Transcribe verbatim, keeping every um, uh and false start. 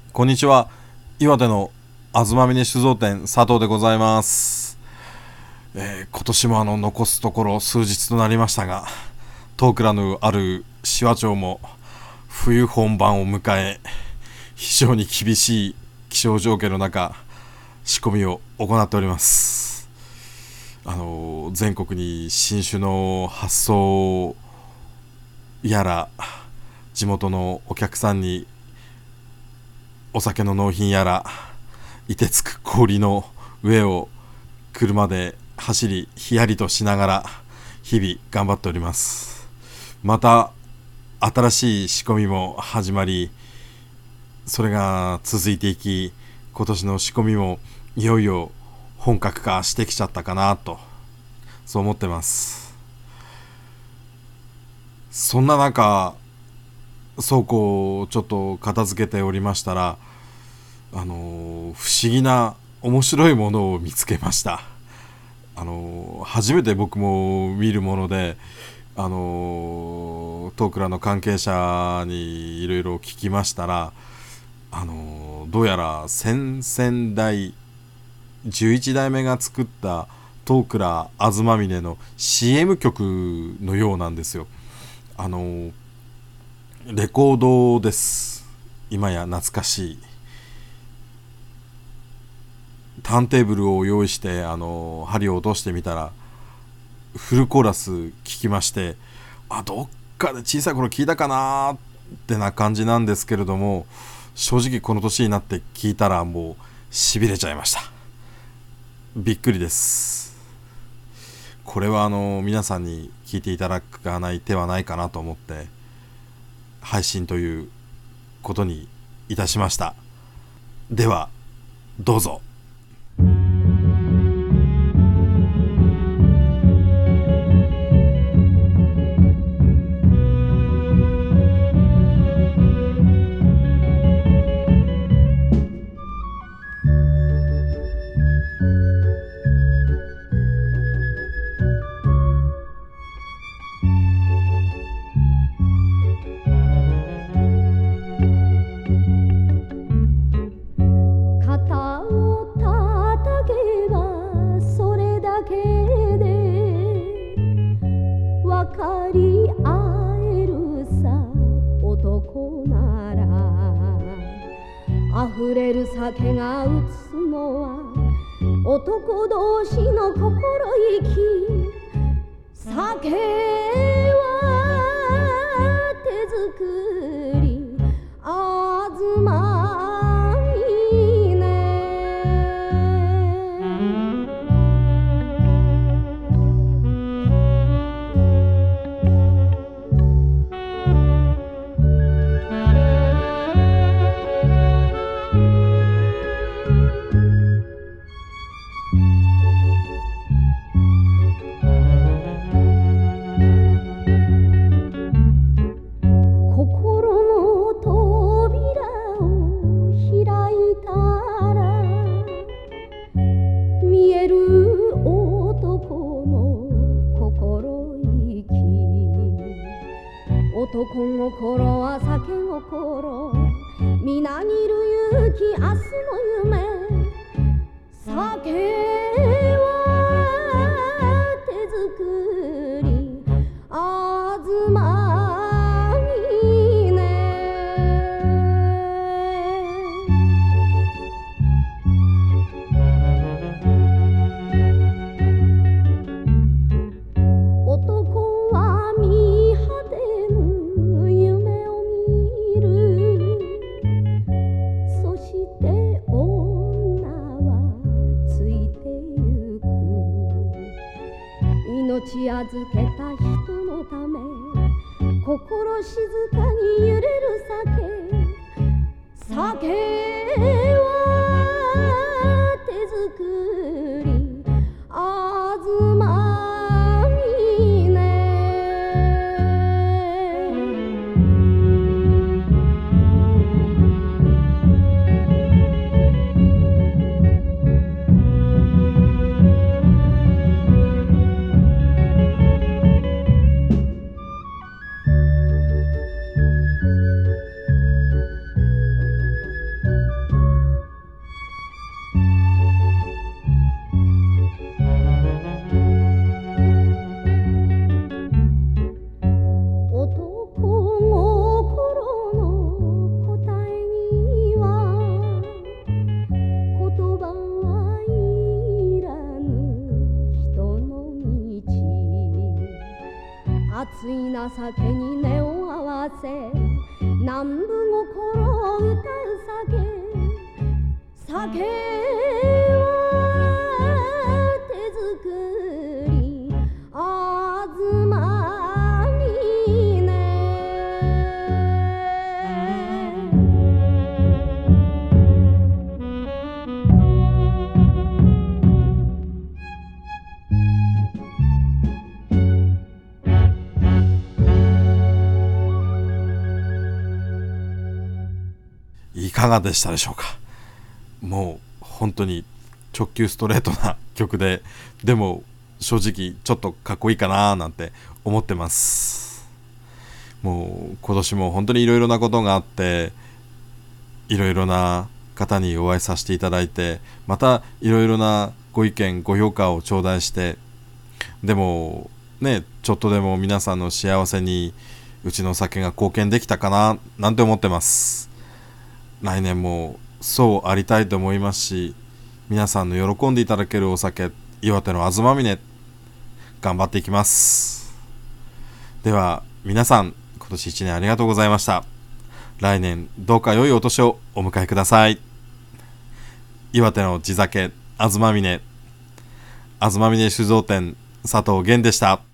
こんにちは。岩手のあずまみね酒造店佐藤でございます。えー今年もあの残すところ数日となりましたが、トークラのある紫波町も冬本番を迎え、非常に厳しい気象条件の中仕込みを行っております。あの全国に新酒の発送やら、地元のお客さんにお酒の納品やら、凍てつく氷の上を車で走りヒヤリとしながら日々頑張っております。また新しい仕込みも始まり、それが続いていき、今年の仕込みもいよいよ本格化してきちゃったかなと、そう思ってます。そんな中、倉庫をちょっと片付けておりましたら、あの不思議な面白いものを見つけました。あの初めて僕も見るもので、あのトークラの関係者にいろいろ聞きましたら、あのどうやら先々代じゅういち代目が作ったトークラあずまみねの シーエム 曲のようなんですよ。あのレコードです。今や懐かしいターンテーブルを用意して、あの針を落としてみたらフルコーラス聞きまして、あ、どっかで小さい頃聞いたかなってな感じなんですけれども、正直この年になって聞いたらもうしびれちゃいました。びっくりです。これはあの皆さんに聞いていただかない手はないかなと思って配信ということにいたしました。ではどうぞ。 肩を叩けばそれだけで分かり合えるさ、男なら溢れる酒が打つのは男同士の心意気。酒は手作りあずまみね。心の扉を開いたら見える男の心意気。男心は酒心、皆にる勇気明日の夢。酒は手作りあずまみね。男は見果てぬ夢を見る。そして女はついてゆく。命預けた人のため心静かに揺れる酒。酒は手作りあずまみね。 熱い情けに根を合わせ南部心歌う酒酒は手作りあずまみねいかがでしたでしょうか。もう本当に直球ストレートな曲で、でも正直ちょっとかっこいいかななんて思ってます。もう今年も本当にいろいろなことがあって、いろいろな方にお会いさせていただいて、またいろいろなご意見ご評価を頂戴して、でもね、ちょっとでも皆さんの幸せにうちの酒が貢献できたかななんて思ってます。来年もそうありたいと思いますし、皆さんの喜んでいただけるお酒、岩手のあずまみね、頑張っていきます。では皆さん、今年いちねんありがとうございました。来年どうか良いお年をお迎えください。岩手の地酒あずまみね、あずまみね酒造店佐藤源でした。